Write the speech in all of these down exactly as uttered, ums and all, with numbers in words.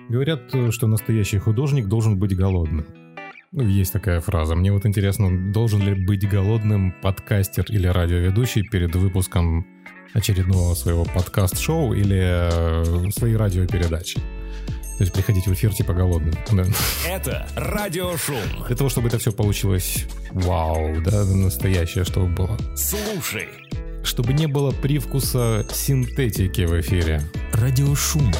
Говорят, что настоящий художник должен быть голодным. Ну, есть такая фраза. Мне вот интересно, должен ли быть голодным подкастер или радиоведущий перед выпуском очередного своего подкаст-шоу или своей радиопередачи? То есть приходить в эфир типа голодным. Да. Это радиошум. Для того, чтобы это все получилось вау, да, настоящее, чтобы было. Слушай. Чтобы не было привкуса синтетики в эфире. Радиошум.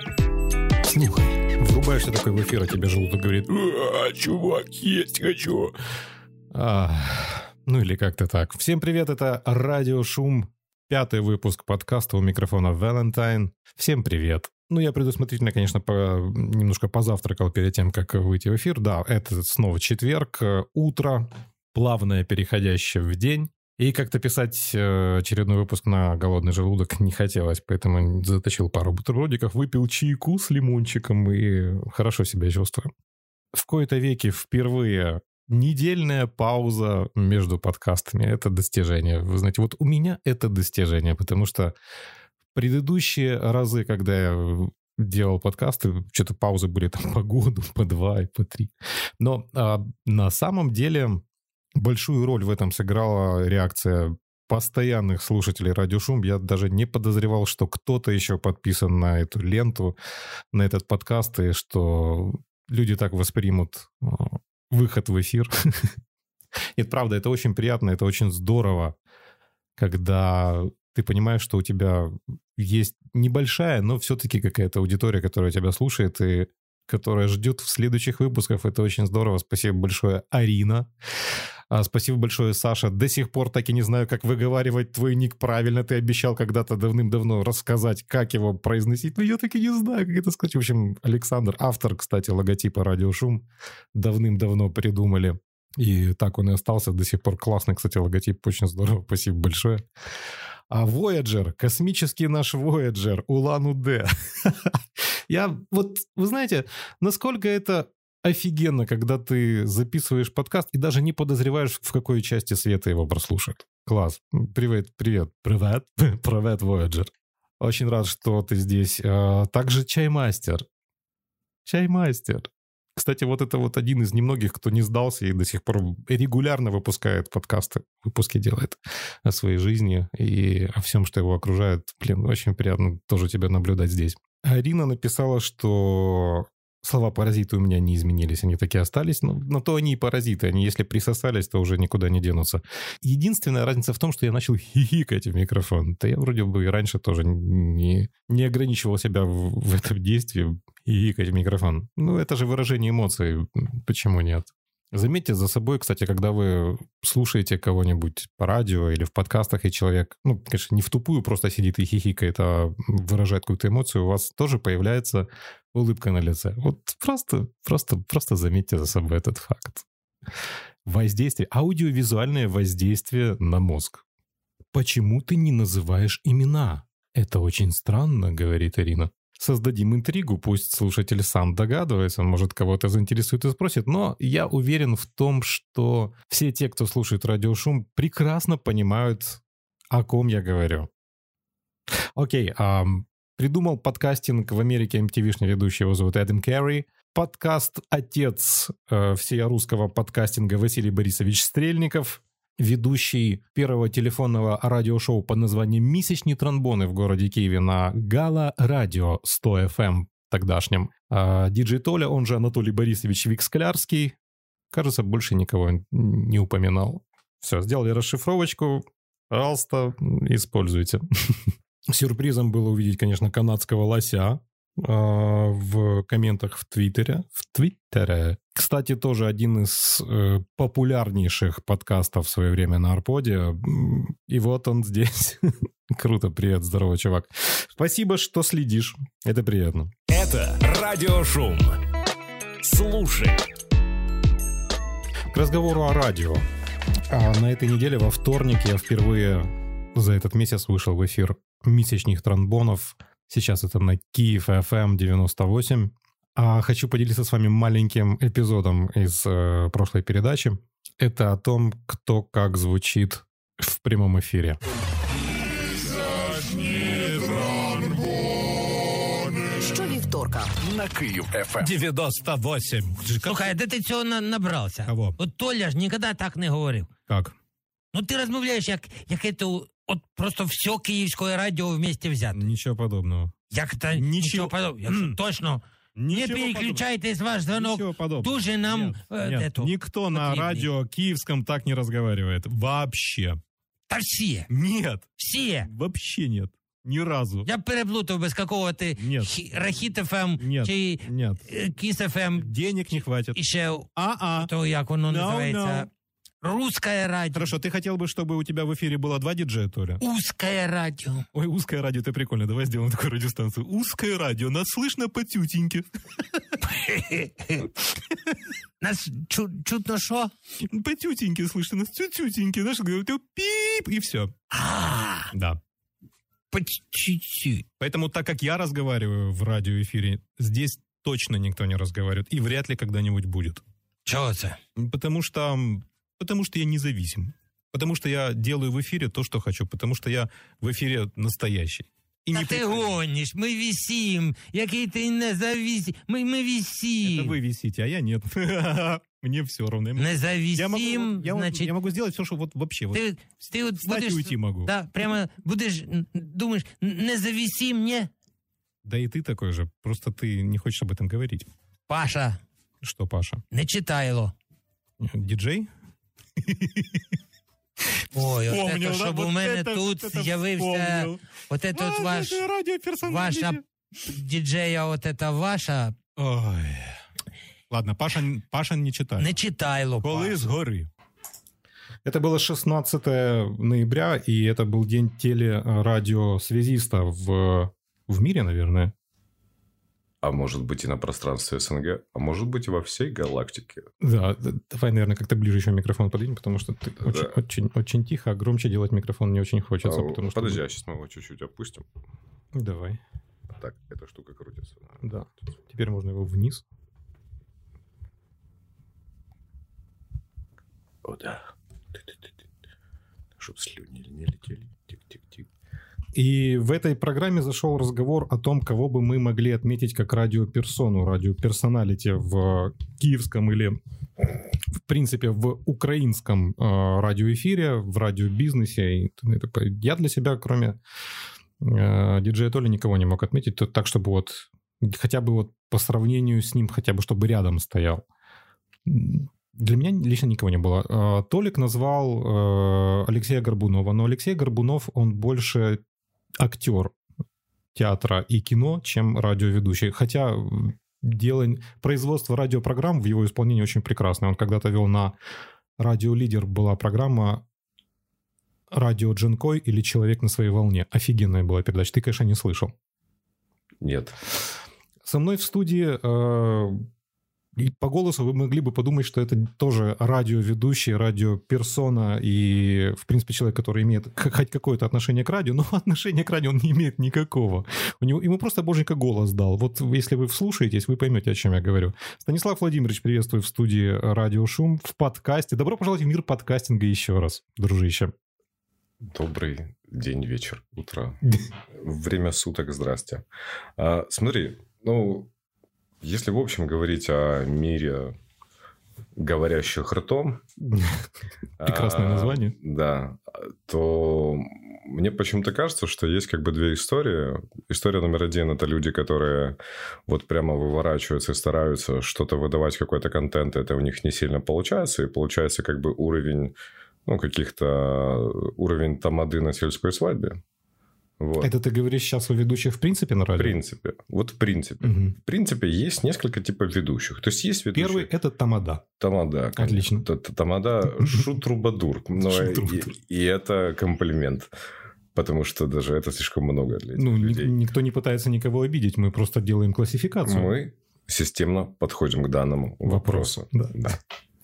Слухай. Врубаешься такой в эфир, а тебе желудок говорит: «А, чувак, есть хочу». А, ну или как-то так. Всем привет, это Радиошум. Пятый выпуск подкаста, у микрофона Валентайн. Всем привет. Ну, я предусмотрительно, конечно, по, немножко позавтракал перед тем, как выйти в эфир. Да, это снова четверг, утро, плавное переходящее в день. И как-то писать очередной выпуск на голодный желудок не хотелось, поэтому затащил пару бутербродиков, выпил чайку с лимончиком и хорошо себя чувствую. В кои-то веки впервые недельная пауза между подкастами. Это достижение. Вы знаете, вот у меня это достижение, потому что предыдущие разы, когда я делал подкасты, что-то паузы были там по году, по два и по три. Но а, на самом деле большую роль в этом сыграла реакция постоянных слушателей Радиошум. Я даже не подозревал, что кто-то еще подписан на эту ленту, на этот подкаст, и что люди так воспримут выход в эфир. Нет, правда, это очень приятно, это очень здорово, когда ты понимаешь, что у тебя есть небольшая, но все-таки какая-то аудитория, которая тебя слушает и которая ждет в следующих выпусках. Это очень здорово. Спасибо большое, Арина. А, спасибо большое, Саша. До сих пор так и не знаю, как выговаривать твой ник правильно. Ты обещал когда-то давным-давно рассказать, как его произносить, но я так и не знаю, как это сказать. В общем, Александр, автор, кстати, логотипа Радиошум, давным-давно придумали. И так он и остался до сих пор. Классный, кстати, логотип. Очень здорово. Спасибо большое. А Voyager, космический наш Voyager, Улан-Удэ. Я вот, вы знаете, насколько это офигенно, когда ты записываешь подкаст и даже не подозреваешь, в какой части света его прослушают. Класс. Привет, привет. Привет. Привет, Voyager. Очень рад, что ты здесь. А, также Чаймастер. Чаймастер. Кстати, вот это вот один из немногих, кто не сдался и до сих пор регулярно выпускает подкасты, выпуски делает о своей жизни и о всем, что его окружает. Блин, очень приятно тоже тебя наблюдать здесь. Арина написала, что слова «паразиты» у меня не изменились, они такие остались, но, но то они и паразиты, они если присосались, то уже никуда не денутся. Единственная разница в том, что я начал хихикать в микрофон. Да я вроде бы и раньше тоже не, не ограничивал себя в, в этом действии хихикать в микрофон. Ну, это же выражение эмоций, почему нет? Заметьте за собой, кстати, когда вы слушаете кого-нибудь по радио или в подкастах, и человек, ну, конечно, не в тупую просто сидит и хихикает, а выражает какую-то эмоцию, у вас тоже появляется улыбка на лице. Вот просто, просто, просто заметьте за собой этот факт. Воздействие, аудиовизуальное воздействие на мозг. Почему ты не называешь имена? Это очень странно, говорит Ирина. Создадим интригу, пусть слушатель сам догадывается, может, кого-то заинтересует и спросит, но я уверен в том, что все те, кто слушает Радиошум, прекрасно понимают, о ком я говорю. Окей, а, придумал подкастинг в Америке эм ти ви-шный ведущий, его зовут Эдам Керри. Подкаст «Отец» э, всея русского подкастинга Василий Борисович Стрельников. Ведущий первого телефонного радиошоу под названием «Місячні тромбони» в городе Киеве на Гала-радио сто эф эм тогдашнем. А диджей Толя, он же Анатолий Борисович Виксклярский, кажется, больше никого не упоминал. Все, сделали расшифровочку, пожалуйста, используйте. Сюрпризом было увидеть, конечно, канадского лося в комментах в Твиттере. В Твиттере. Кстати, тоже один из э, популярнейших подкастов в свое время на Арподе. И вот он здесь. Круто, привет, здорово, чувак. Спасибо, что следишь. Это приятно. Это Радиошум. Слушай. К разговору о радио. А на этой неделе во вторник я впервые за этот месяц вышел в эфир «Місячних тромбонов». Сейчас это на Киев эф эм девяносто восемь. А хочу поделиться с вами маленьким эпизодом из э, прошлой передачи. Это о том, кто как звучит в прямом эфире. Щовівторка Вечірка на Київ еф ем. девяносто восемь. Слухай, а де ти цього на- набрався? Кого? От Толя ж ніколи так не говорив. Как? Ну ти розмовляєш, як, як це, от просто все київське радіо вместе взято. Ничего подобного. Як це Нічого. нічого подобного? Якщо точно, не переключайтесь ваш звонок. Ничего подобного. Дуже нам Нет, э, нет, эту, никто на потребный. радио киевском так не разговаривает. Вообще. Та всі, Нет. всі. Вообще нет. Ни разу. Я переплутав без какого ти Нет. хі- Рахіт еф ем Нет. чи Нет. е, Кіс еф ем Денег не хватит. і ще А-а. то, як воно No, називається, no. Русское радіо. Хорошо, ты хотел бы, чтобы у тебя в эфире было два диджея, Толя? Узкое радио. Ой, узкое радио, это прикольно. Давай сделаем такую радиостанцию. Узкое радио, нас слышно по тютеньке. Нас чу- чутно що? По тютеньке слышно, нас тютеньке. Наш говорит, пип, и все. А, Да. по чуть-чуть. Поэтому, так как я разговариваю в радиоэфире, здесь точно никто не разговаривает. И вряд ли когда-нибудь будет. Чого це? Потому что, потому что я независим. Потому что я делаю в эфире то, что хочу. Потому что я в эфире настоящий. И Та не ти прикольный. гониш, ми вісім. Який ти независим. Ми, ми Это вісім. вы висите, а я нет. Мне все равно. Я могу, Независим, я, могу, значить, я могу сделать все, что вот вообще. Вот, ти, ти от встать будеш, и уйти могу. Да. да, прямо будеш, м, думаєш, независим, ні? и ты такой же. Просто ты не хочешь об этом говорить. Паша, Что, Паша? не читайло. Диджей? Ой, от Вспомнил, це, да? щоб Вот у мене это- тут вот это з'явився, вспомнил. от це от А, ваш, это радиоперсоналити. ваша діджея, от це ваша, Ой. Ладно, Паша, Паша не читает. не читайло, Коли Паша. з гори. Это было шестнадцатое ноября, и это был день телерадиосвязиста в, в мире, наверное. А может быть и на пространстве СНГ, а может быть и во всей галактике. Да, д- давай, наверное, как-то ближе еще микрофон подвинем, потому что ты Да. очень, очень, очень тихо, а громче делать микрофон не очень хочется. А, потому что... Подожди, а сейчас мы его чуть-чуть опустим. Давай, Так, эта штука крутится. да. Теперь можно его вниз. О, да. Чтоб слюни не летели. Тик-тик-тик. И в этой программе зашел разговор о том, кого бы мы могли отметить как радиоперсону, радиоперсоналити в киевском или, в принципе, в украинском э, радиоэфире, в радиобизнесе. И, т.д. и т.п. Я для себя, кроме э, диджея Толи, никого не мог отметить, то, так, чтобы вот хотя бы вот по сравнению с ним, хотя бы чтобы рядом стоял. Для меня лично никого не было. Э, Толик назвал э, Алексея Горбунова, но Алексей Горбунов, он больше актер театра и кино, чем радиоведущий. Хотя дело, производство радиопрограмм в его исполнении очень прекрасное. Он когда-то вел на Радио Лидер, была программа «Радио Дженкой» или «Человек на своей волне». Офигенная была передача. Ты, конечно, не слышал. Нет. Со мной в студии... Э, и по голосу вы могли бы подумать, что это тоже радиоведущий, радиоперсона и, в принципе, человек, который имеет хоть какое-то отношение к радио, но отношение к радио он не имеет никакого. У него, ему просто боженька голос дал. Вот если вы вслушаетесь, вы поймете, о чем я говорю. Станислав Владимирович, приветствую в студии «Радио Шум» в подкасте. Добро пожаловать в мир подкастинга еще раз, дружище. Добрый день, вечер, утро. Время суток, здрасте. А, смотри, ну... Если, в общем, говорить о мире говорящих ртом... Прекрасное а, название. Да. То мне почему-то кажется, что есть как бы две истории. История номер один – это люди, которые вот прямо выворачиваются и стараются что-то выдавать, какой-то контент. Это у них не сильно получается. И получается как бы уровень, ну, каких-то... Уровень тамады на сельской свадьбе. Вот. Это ты говоришь сейчас о ведущих в принципе на В радио? принципе. Вот в принципе. Угу. В принципе, есть несколько типов ведущих. То есть, есть ведущие... Первый – это тамада. Тамада. конечно. Отлично. Т- т- Тамада шут-трубадур. Но Шут-трубадур. и, и это комплимент. Потому что даже это слишком много для этих Ну, ни- людей. никто не пытается никого обидеть, мы просто делаем классификацию. Мы системно подходим к данному Вопрос, вопросу. да. Да.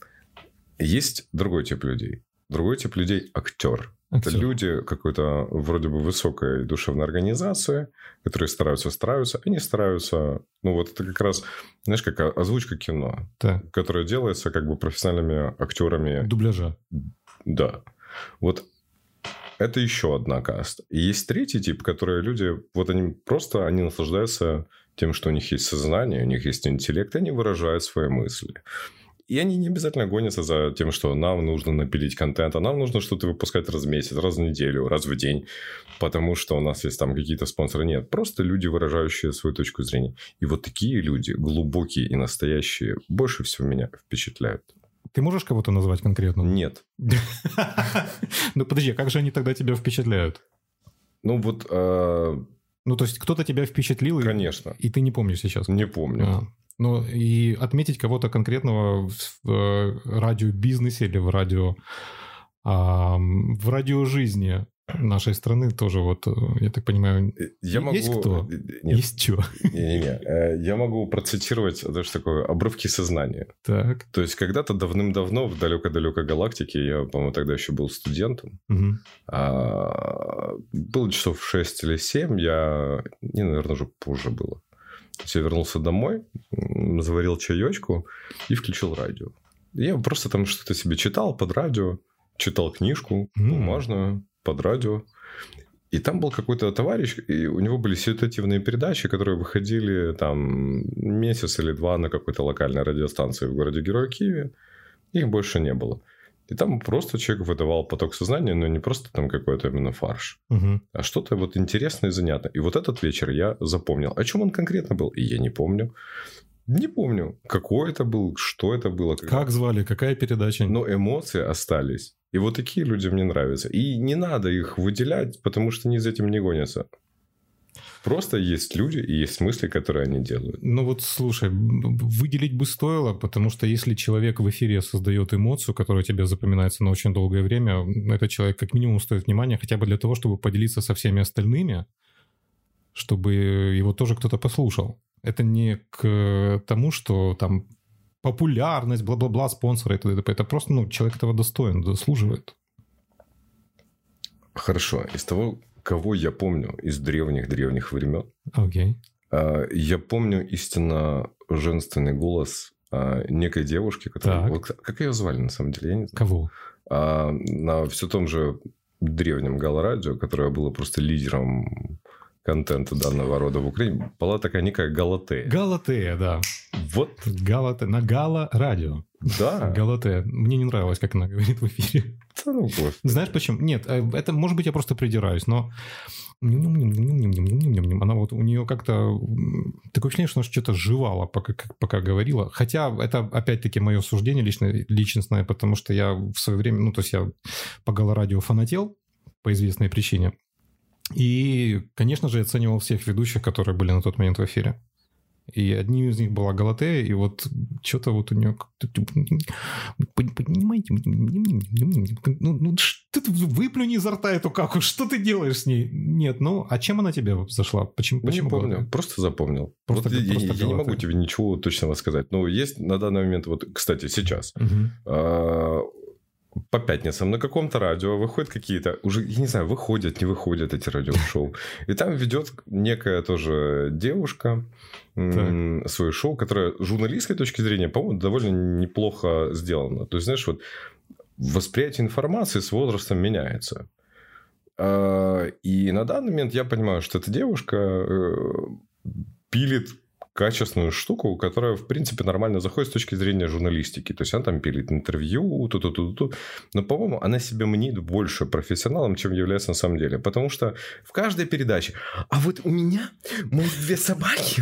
Есть другой тип людей. Другой тип людей – актер. Это Актер. люди какой-то вроде бы высокой душевной организации, которые стараются, стараются, они стараются... Ну, вот это как раз, знаешь, как озвучка кино, Так. которая делается как бы профессиональными актерами. Дубляжа. Да. Вот это еще одна каста. И есть третий тип, которые люди, вот они просто, они наслаждаются тем, что у них есть сознание, у них есть интеллект, и они выражают свои мысли. И они не обязательно гонятся за тем, что нам нужно напилить контент, а нам нужно что-то выпускать раз в месяц, раз в неделю, раз в день, потому что у нас есть там какие-то спонсоры. Нет, просто люди, выражающие свою точку зрения. И вот такие люди, глубокие и настоящие, больше всего меня впечатляют. Ты можешь кого-то назвать конкретно? Нет. Ну, подожди, как же они тогда тебя впечатляют? Ну, вот... Ну, то есть, кто-то тебя впечатлил? Конечно. И ты не помнишь сейчас? Не помню. Ну, и отметить кого-то конкретного в радиобизнесе или в радио... в радиожизни нашей страны тоже вот, я так понимаю, я есть могу... кто? Нет. Есть что? Не-не-не. Я могу процитировать даже такое обрывки сознания. Так. То есть, когда-то давным-давно в далекой-далекой галактике, я, по-моему, тогда еще был студентом, угу. а, было часов шесть или семь, я... Не, наверное, уже позже было. То есть, я вернулся домой, заварил чаечку и включил радио. Я просто там что-то себе читал под радио, читал книжку Mm. бумажную под радио. И там был какой-то товарищ, и у него были ситуативные передачи, которые выходили там месяц или два на какой-то локальной радиостанции в городе Герой Киеве. Их больше не было. И там просто человек выдавал поток сознания, но не просто там какой-то именно фарш, угу. а что-то вот интересное и занятное. И вот этот вечер я запомнил. О чем он конкретно был? И я не помню. Не помню, какой это был, что это было. Когда... Как звали, какая передача? Но эмоции остались. И вот такие люди мне нравятся. И не надо их выделять, потому что они за этим не гонятся. Просто есть люди и есть мысли, которые они делают. Ну вот, слушай, выделить бы стоило, потому что если человек в эфире создает эмоцию, которая тебе запоминается на очень долгое время, этот человек как минимум стоит внимания хотя бы для того, чтобы поделиться со всеми остальными, чтобы его тоже кто-то послушал. Это не к тому, что там популярность, бла-бла-бла, спонсоры и т.д. Это просто, ну, человек этого достоин, заслуживает. Хорошо. Из того, кого я помню из древних-древних времен, okay. я помню истинно женственный голос некой девушки, которая... Вот, как ее звали, на самом деле, я не знаю. Кого? На все том же древнем Галарадио, которое было просто лидером контента данного рода в Украине, была такая некая Галатея. Галатея, да. Вот. Галатея. На Гала-радио. Да. Галатея. Мне не нравилось, как она говорит в эфире. Да, ну, знаешь почему? Нет, это, может быть, я просто придираюсь, но она вот, у нее как-то такое ощущение, что она что-то жевала, пока, пока говорила. Хотя это, опять-таки, мое суждение личное, личностное, потому что я в свое время, ну, то есть я по Галарадио фанател по известной причине. И, конечно же, я оценивал всех ведущих, которые были на тот момент в эфире. И одним из них была Галатея, и вот что-то вот у нее... Понимаете? Ну, ну что ты выплюнь изо рта эту каку, что ты делаешь с ней? Нет, ну, а чем она тебе зашла? Почему? Ну, почему не помню, Галатея? просто запомнил. Просто, вот просто я, я не могу тебе ничего точного сказать. Но есть на данный момент, вот, кстати, сейчас... Угу. По пятницам на каком-то радио выходят какие-то, уже, я не знаю, выходят, не выходят эти радиошоу. И там ведет некая тоже девушка м- свое шоу, которое с журналистской точки зрения, по-моему, довольно неплохо сделано. То есть, знаешь, вот восприятие информации с возрастом меняется. И на данный момент я понимаю, что эта девушка пилит качественную штуку, которая, в принципе, нормально заходит с точки зрения журналистики. То есть, она там пилит интервью, ту-ту-ту-ту. Но, по-моему, она себя мнит больше профессионалом, чем является на самом деле. Потому что в каждой передаче «А вот у меня мои две собаки».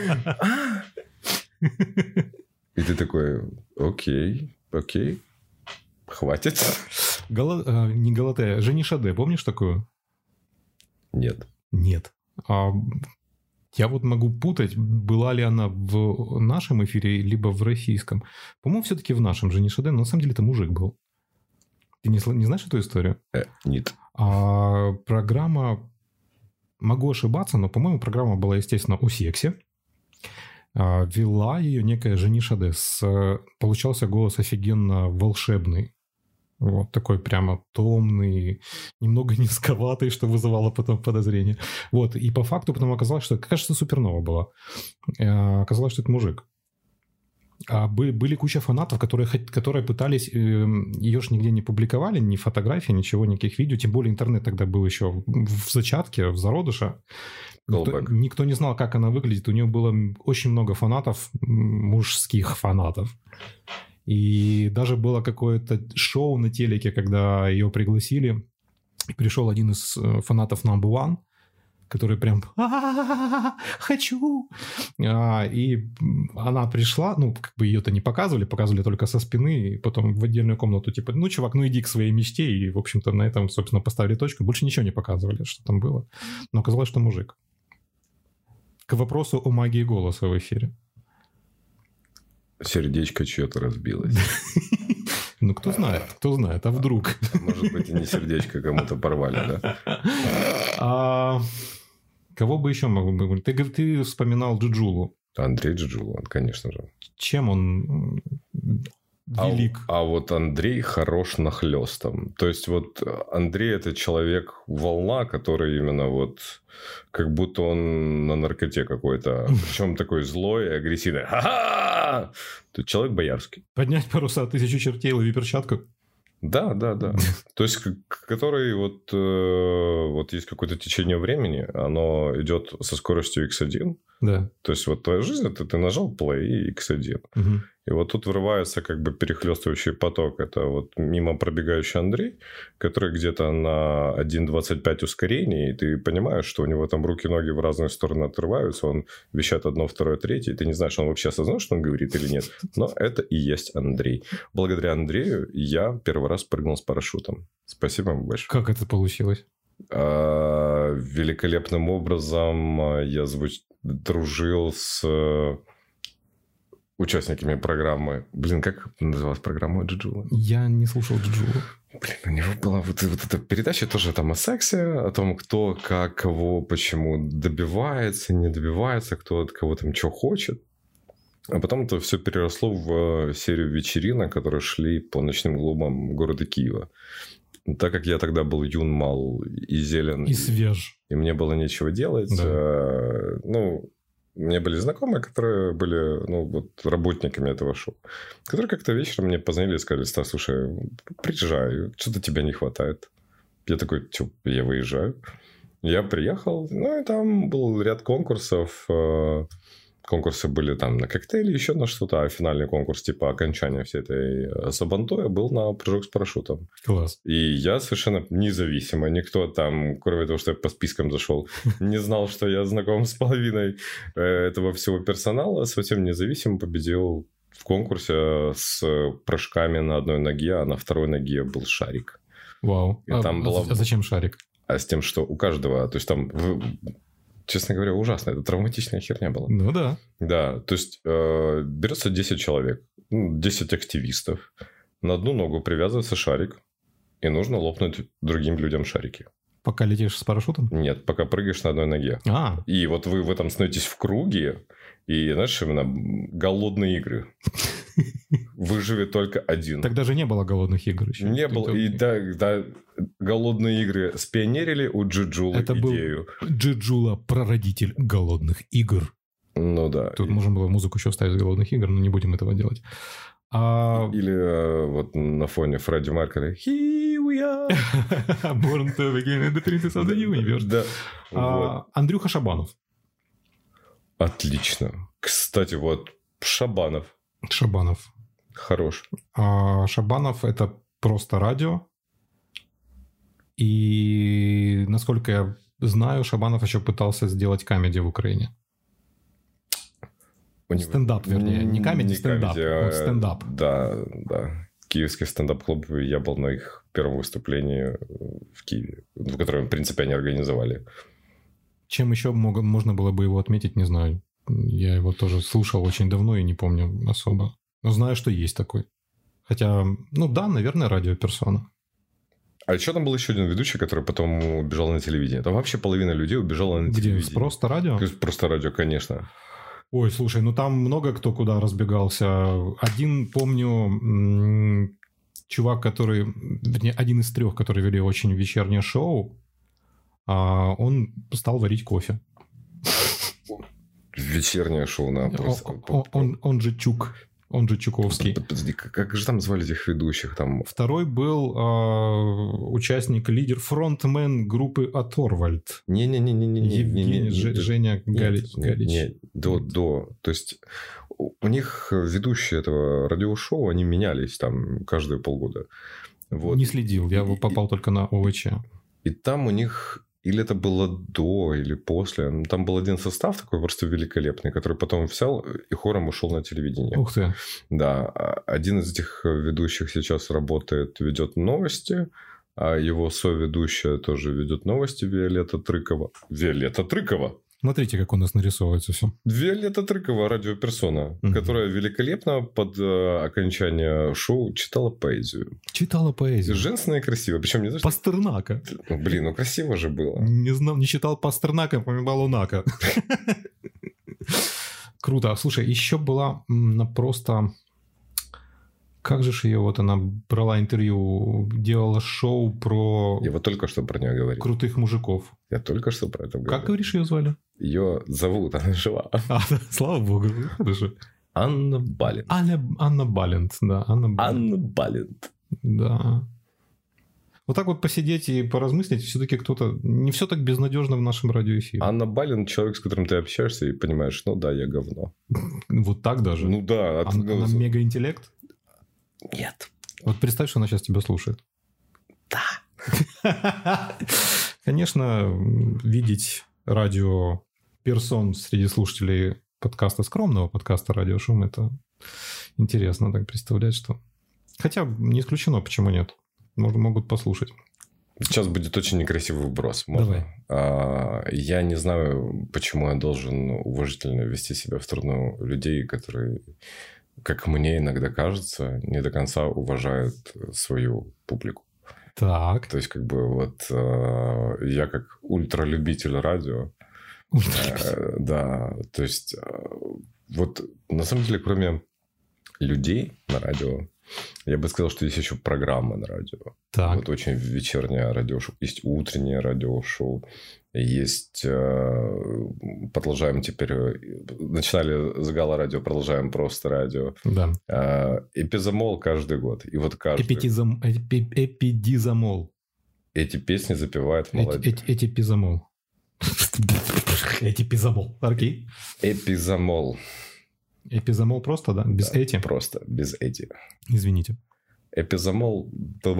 И ты такой «Окей, окей, хватит». Не Галатея, Жени Шаде, помнишь такую? Нет. Нет. А... Я вот могу путать, была ли она в нашем эфире, либо в российском. По-моему, все-таки в нашем Жени Шаде, но на самом деле это мужик был. Ты не, не знаешь эту историю? Э, нет. А, программа, могу ошибаться, но, по-моему, программа была, естественно, о сексе. А, вела ее некая Жени Шаде. С, получался голос офигенно волшебный. Вот такой прямо томный, немного низковатый, что вызывало потом подозрение. Вот, и по факту потом оказалось, что, кажется, супернова была. Оказалось, что это мужик. А были, были куча фанатов, которые, которые пытались... Э, ее ж нигде не публиковали, ни фотографий, ничего, никаких видео. Тем более интернет тогда был еще в зачатке, в зародыше. Никто, никто не знал, как она выглядит. У нее было очень много фанатов, мужских фанатов. И даже было какое-то шоу на телеке, когда ее пригласили. Пришел один из фанатов Number One, который прям «хочу!» И она пришла, ну, как бы ее-то не показывали, показывали только со спины, и потом в отдельную комнату, типа, ну, чувак, ну, иди к своей мечте, и, в общем-то, на этом, собственно, поставили точку. Больше ничего не показывали, что там было. Но оказалось, что мужик. К вопросу о магии голоса в эфире. Сердечко чье-то разбилось. Ну, кто знает, кто знает, а вдруг? Может быть, и не сердечко кому-то порвали, да? А, кого бы еще могу быть? Ты, ты вспоминал Джуджулу. Андрей Джуджула, конечно же. Чем он велик? А, а вот Андрей хорош нахлёстом. То есть, вот Андрей – это человек-волна, который именно вот... Как будто он на наркоте какой-то. Причем такой злой и агрессивный. Ха-ха! Тут человек боярский. Поднять паруса, тысячу чертей, лови перчатку. Да, да, да. То есть, который вот, э, вот есть какое-то течение времени, оно идет со скоростью икс один. Да. То есть, вот твоя жизнь, это ты нажал play и икс один. Угу. И вот тут вырывается как бы перехлестывающий поток. Это вот мимо пробегающий Андрей, который где-то на один двадцать пять ускорении, и ты понимаешь, что у него там руки-ноги в разные стороны отрываются, он вещает одно, второе, третье, и ты не знаешь, он вообще осознает, что он говорит или нет. Но это и есть Андрей. Благодаря Андрею я первый раз прыгнул с парашютом. Спасибо ему большое. Как это получилось? А, великолепным образом я звуч... дружил с участниками программы. Блин, как называлась программа Джуджула? Я не слушал Джуджулу. Блин, у него была вот, вот эта передача тоже там о сексе, о том, кто, как, кого, почему добивается, не добивается, кто от кого там что хочет. А потом это все переросло в серию вечеринок, которые шли по ночным клубам города Киева. Так как я тогда был юн, мал и зелен. И свеж. И мне было нечего делать. Да. А, ну, у меня были знакомые, которые были ну, вот, работниками этого шоу. Которые как-то вечером мне позвонили и сказали: Стас, слушай, приезжай, что-то тебе не хватает. Я такой, что, я выезжаю. Я приехал, ну, и там был ряд конкурсов. Конкурсы были там на коктейли, еще на что-то. А финальный конкурс, типа окончания всей этой сабантуя, был на прыжок с парашютом. Класс. И я совершенно независимо. Никто там, кроме того, что я по спискам зашел, не знал, что я знаком с половиной этого всего персонала. Совсем независимо победил в конкурсе с прыжками на одной ноге, а на второй ноге был шарик. Вау. И а, там была... а зачем шарик? А с тем, что у каждого... То есть там... Честно говоря, ужасно. Это травматичная херня была. Ну да. Да, то есть э, берется десять человек, десять активистов, на одну ногу привязывается шарик, и нужно лопнуть другим людям шарики. Пока летишь с парашютом? Нет, пока прыгаешь на одной ноге. А. И вот вы в этом становитесь в круге, и, знаешь, именно голодные игры. Выживет только один. Тогда же не было голодных игр еще. Не было. И да, да, голодные игры спионерили у Джуджулы Это идею. Был Джуджула, прародитель голодных игр. Ну да. Тут и... можно было музыку еще вставить из голодных игр, но не будем этого делать. А... Или вот на фоне Фредди Меркьюри Here we are. Born to begin in the princess of the universe. Да. А, Андрюха Шабанов. Отлично. Кстати, вот Шабанов. Шабанов. Хорош. А Шабанов – это просто радио. И, насколько я знаю, Шабанов еще пытался сделать комедий в Украине. Него... Стендап, вернее. Не комедий, стендап. А... Вот стендап. Да, да. Киевский стендап-клуб. Я был на их первом выступлении в Киеве, в котором, в принципе, они организовали. Чем еще мог, можно было бы его отметить, не знаю. Я его тоже слушал очень давно и не помню особо. Но знаю, что есть такой. Хотя, ну да, наверное, радиоперсона. А еще там был еще один ведущий, который потом убежал на телевидение. Там вообще половина людей убежала на Где? телевидение. Где? Просто радио? Просто радио, конечно. Ой, слушай, ну там много кто куда разбегался. Один, помню, чувак, который... Вернее, один из трех, которые вели очень вечернее шоу, он стал варить кофе. Вечернее шоу, да. Просто... Он, он, он же Чук. он же Чуковский. Подожди, как, как же там звали этих ведущих? Там... Второй был э, участник, лидер, фронтмен группы Оторвальд. Не-не-не-не-не. Евгений Ж, Женя Галич. Нет, нет, нет, до, до. То есть у них ведущие этого радиошоу, они менялись там каждые полгода. Вот. Не следил, я и, попал и, только на ОВЧ. И там у них... Или это было до, или после. Там был один состав такой просто великолепный, который потом взял и хором ушел на телевидение. Ух ты. Да. Один из этих ведущих сейчас работает, ведет новости, а его соведущая тоже ведет новости, Виолетта Трыкова. Виолетта Трыкова! Смотрите, как у нас нарисовывается все. Виолетта Трыкова, радиоперсона, угу. которая великолепно под э, окончание шоу читала поэзию. Читала поэзию. Женственная и красивая. Причем не знаешь... Пастернака. Ну, блин, ну красиво же было. Не знал, не читал Пастернака, помимо Лунака. Круто. Слушай, еще была просто... Как же ж ее вот она брала интервью, делала шоу про... Я вот только что про нее говорил. Крутых мужиков. Я только что про это говорил. Как, говоришь, ее звали? Ее зовут, она жива. А, слава богу, хорошо. Анна Балент. Анна, Анна Балент, да. Анна Балент. Анна Балент. Да. Вот так вот посидеть и поразмыслить, все-таки кто-то... Не все так безнадежно в нашем радиоэфире. Анна Балент, человек, с которым ты общаешься и понимаешь, ну да, я говно. Вот так даже? Ну да. От... Она, она мегаинтеллект? Нет. Вот представь, что она сейчас тебя слушает. Да. Конечно, видеть радиоперсон среди слушателей подкаста, скромного подкаста «Радио Шум», это интересно так представлять, что... Хотя не исключено, почему нет. Могут послушать. Сейчас будет очень некрасивый вброс. Можно? Давай. Я не знаю, почему я должен уважительно вести себя в сторону людей, которые... как мне иногда кажется, не до конца уважают свою публику. Так. То есть, как бы, вот э, я как ультралюбитель радио. Э, да, то есть, э, вот на самом деле, кроме людей на радио, я бы сказал, что есть еще программы на радио. Так. Вот очень вечернее радиошоу, есть утреннее радиошоу. Есть... Продолжаем теперь... Начинали с Гала радио, продолжаем просто радио. Да. Эпизомол каждый год. И вот каждый... Эпидизом... Эпидизомол. Эти песни запевает молодежь. Этипизомол. Этипизомол. Окей. Эпизомол. Эпизомол просто, да? Без да, эти? Просто, без эти. Извините. Эпизомол...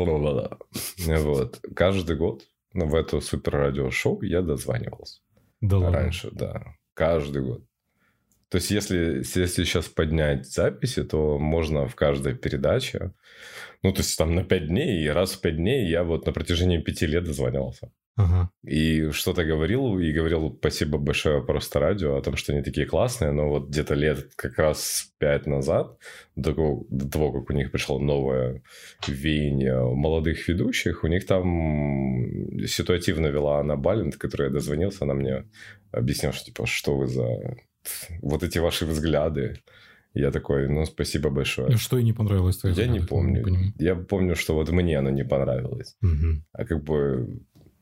Вот. Каждый год в это суперрадиошоу я дозванивался. Да ладно? Раньше, да. Каждый год. То есть, если, если сейчас поднять записи, то можно в каждой передаче... Ну, то есть, там на пять дней, и раз в пять дней я вот на протяжении пяти лет дозванивался. Ага. И что-то говорил, и говорил спасибо большое просто радио о том, что они такие классные, но вот где-то лет как раз пять назад, до того, до того, как у них пришло новое веяние молодых ведущих, у них там ситуативно вела Анна Балент, которая дозвонился, она мне объяснила, что типа, что вы за вот эти ваши взгляды. Я такой, ну, спасибо большое. Что ей не понравилось? Я не помню. Не я помню, что вот мне оно не понравилось. Угу. А как бы...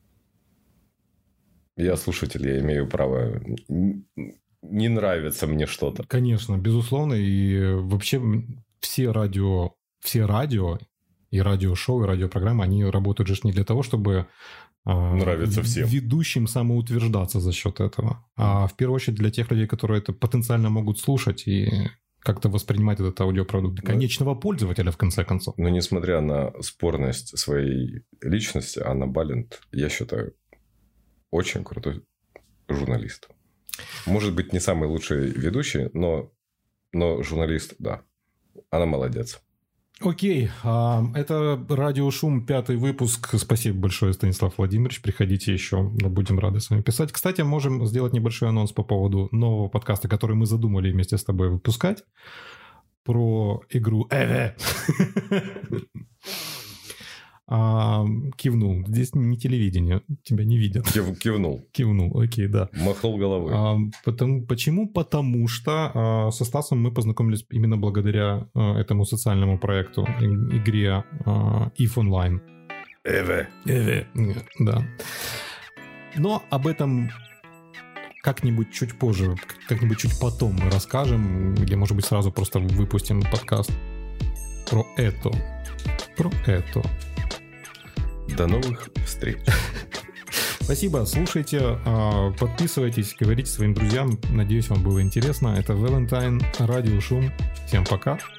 Я слушатель, я имею право... Не нравится мне что-то. Конечно, безусловно. И вообще все радио, все радио и радиошоу, и радиопрограммы, они работают же не для того, чтобы... Нравится всем. Ведущим самоутверждаться за счет этого. А в первую очередь для тех людей, которые это потенциально могут слушать и как-то воспринимать этот аудиопродукт для конечного да. пользователя, в конце концов. Но несмотря на спорность своей личности, Анна Балент, я считаю, очень крутой журналист. Может быть, не самый лучший ведущий, но, но журналист, да. Она молодец. Окей, это «Радио Шум», пятый выпуск. Спасибо большое, Станислав Владимирович. Приходите еще, будем рады с вами писать. Кстати, можем сделать небольшой анонс по поводу нового подкаста, который мы задумали вместе с тобой выпускать. Про игру «Эве». А, кивнул. Здесь не телевидение, тебя не видят. Кив, кивнул. Кивнул, окей, да. Махнул головой. А, потому, почему? Потому что а, со Стасом мы познакомились именно благодаря а, этому социальному проекту, и, игре а, иф Online. Эве. Эве. Да. Но об этом как-нибудь чуть позже, как-нибудь чуть потом мы расскажем, или, может быть, сразу просто выпустим подкаст про это. Про это. До новых встреч. Спасибо, слушайте, подписывайтесь, говорите своим друзьям. Надеюсь, вам было интересно. Это Valentine, Радио Шум. Всем пока.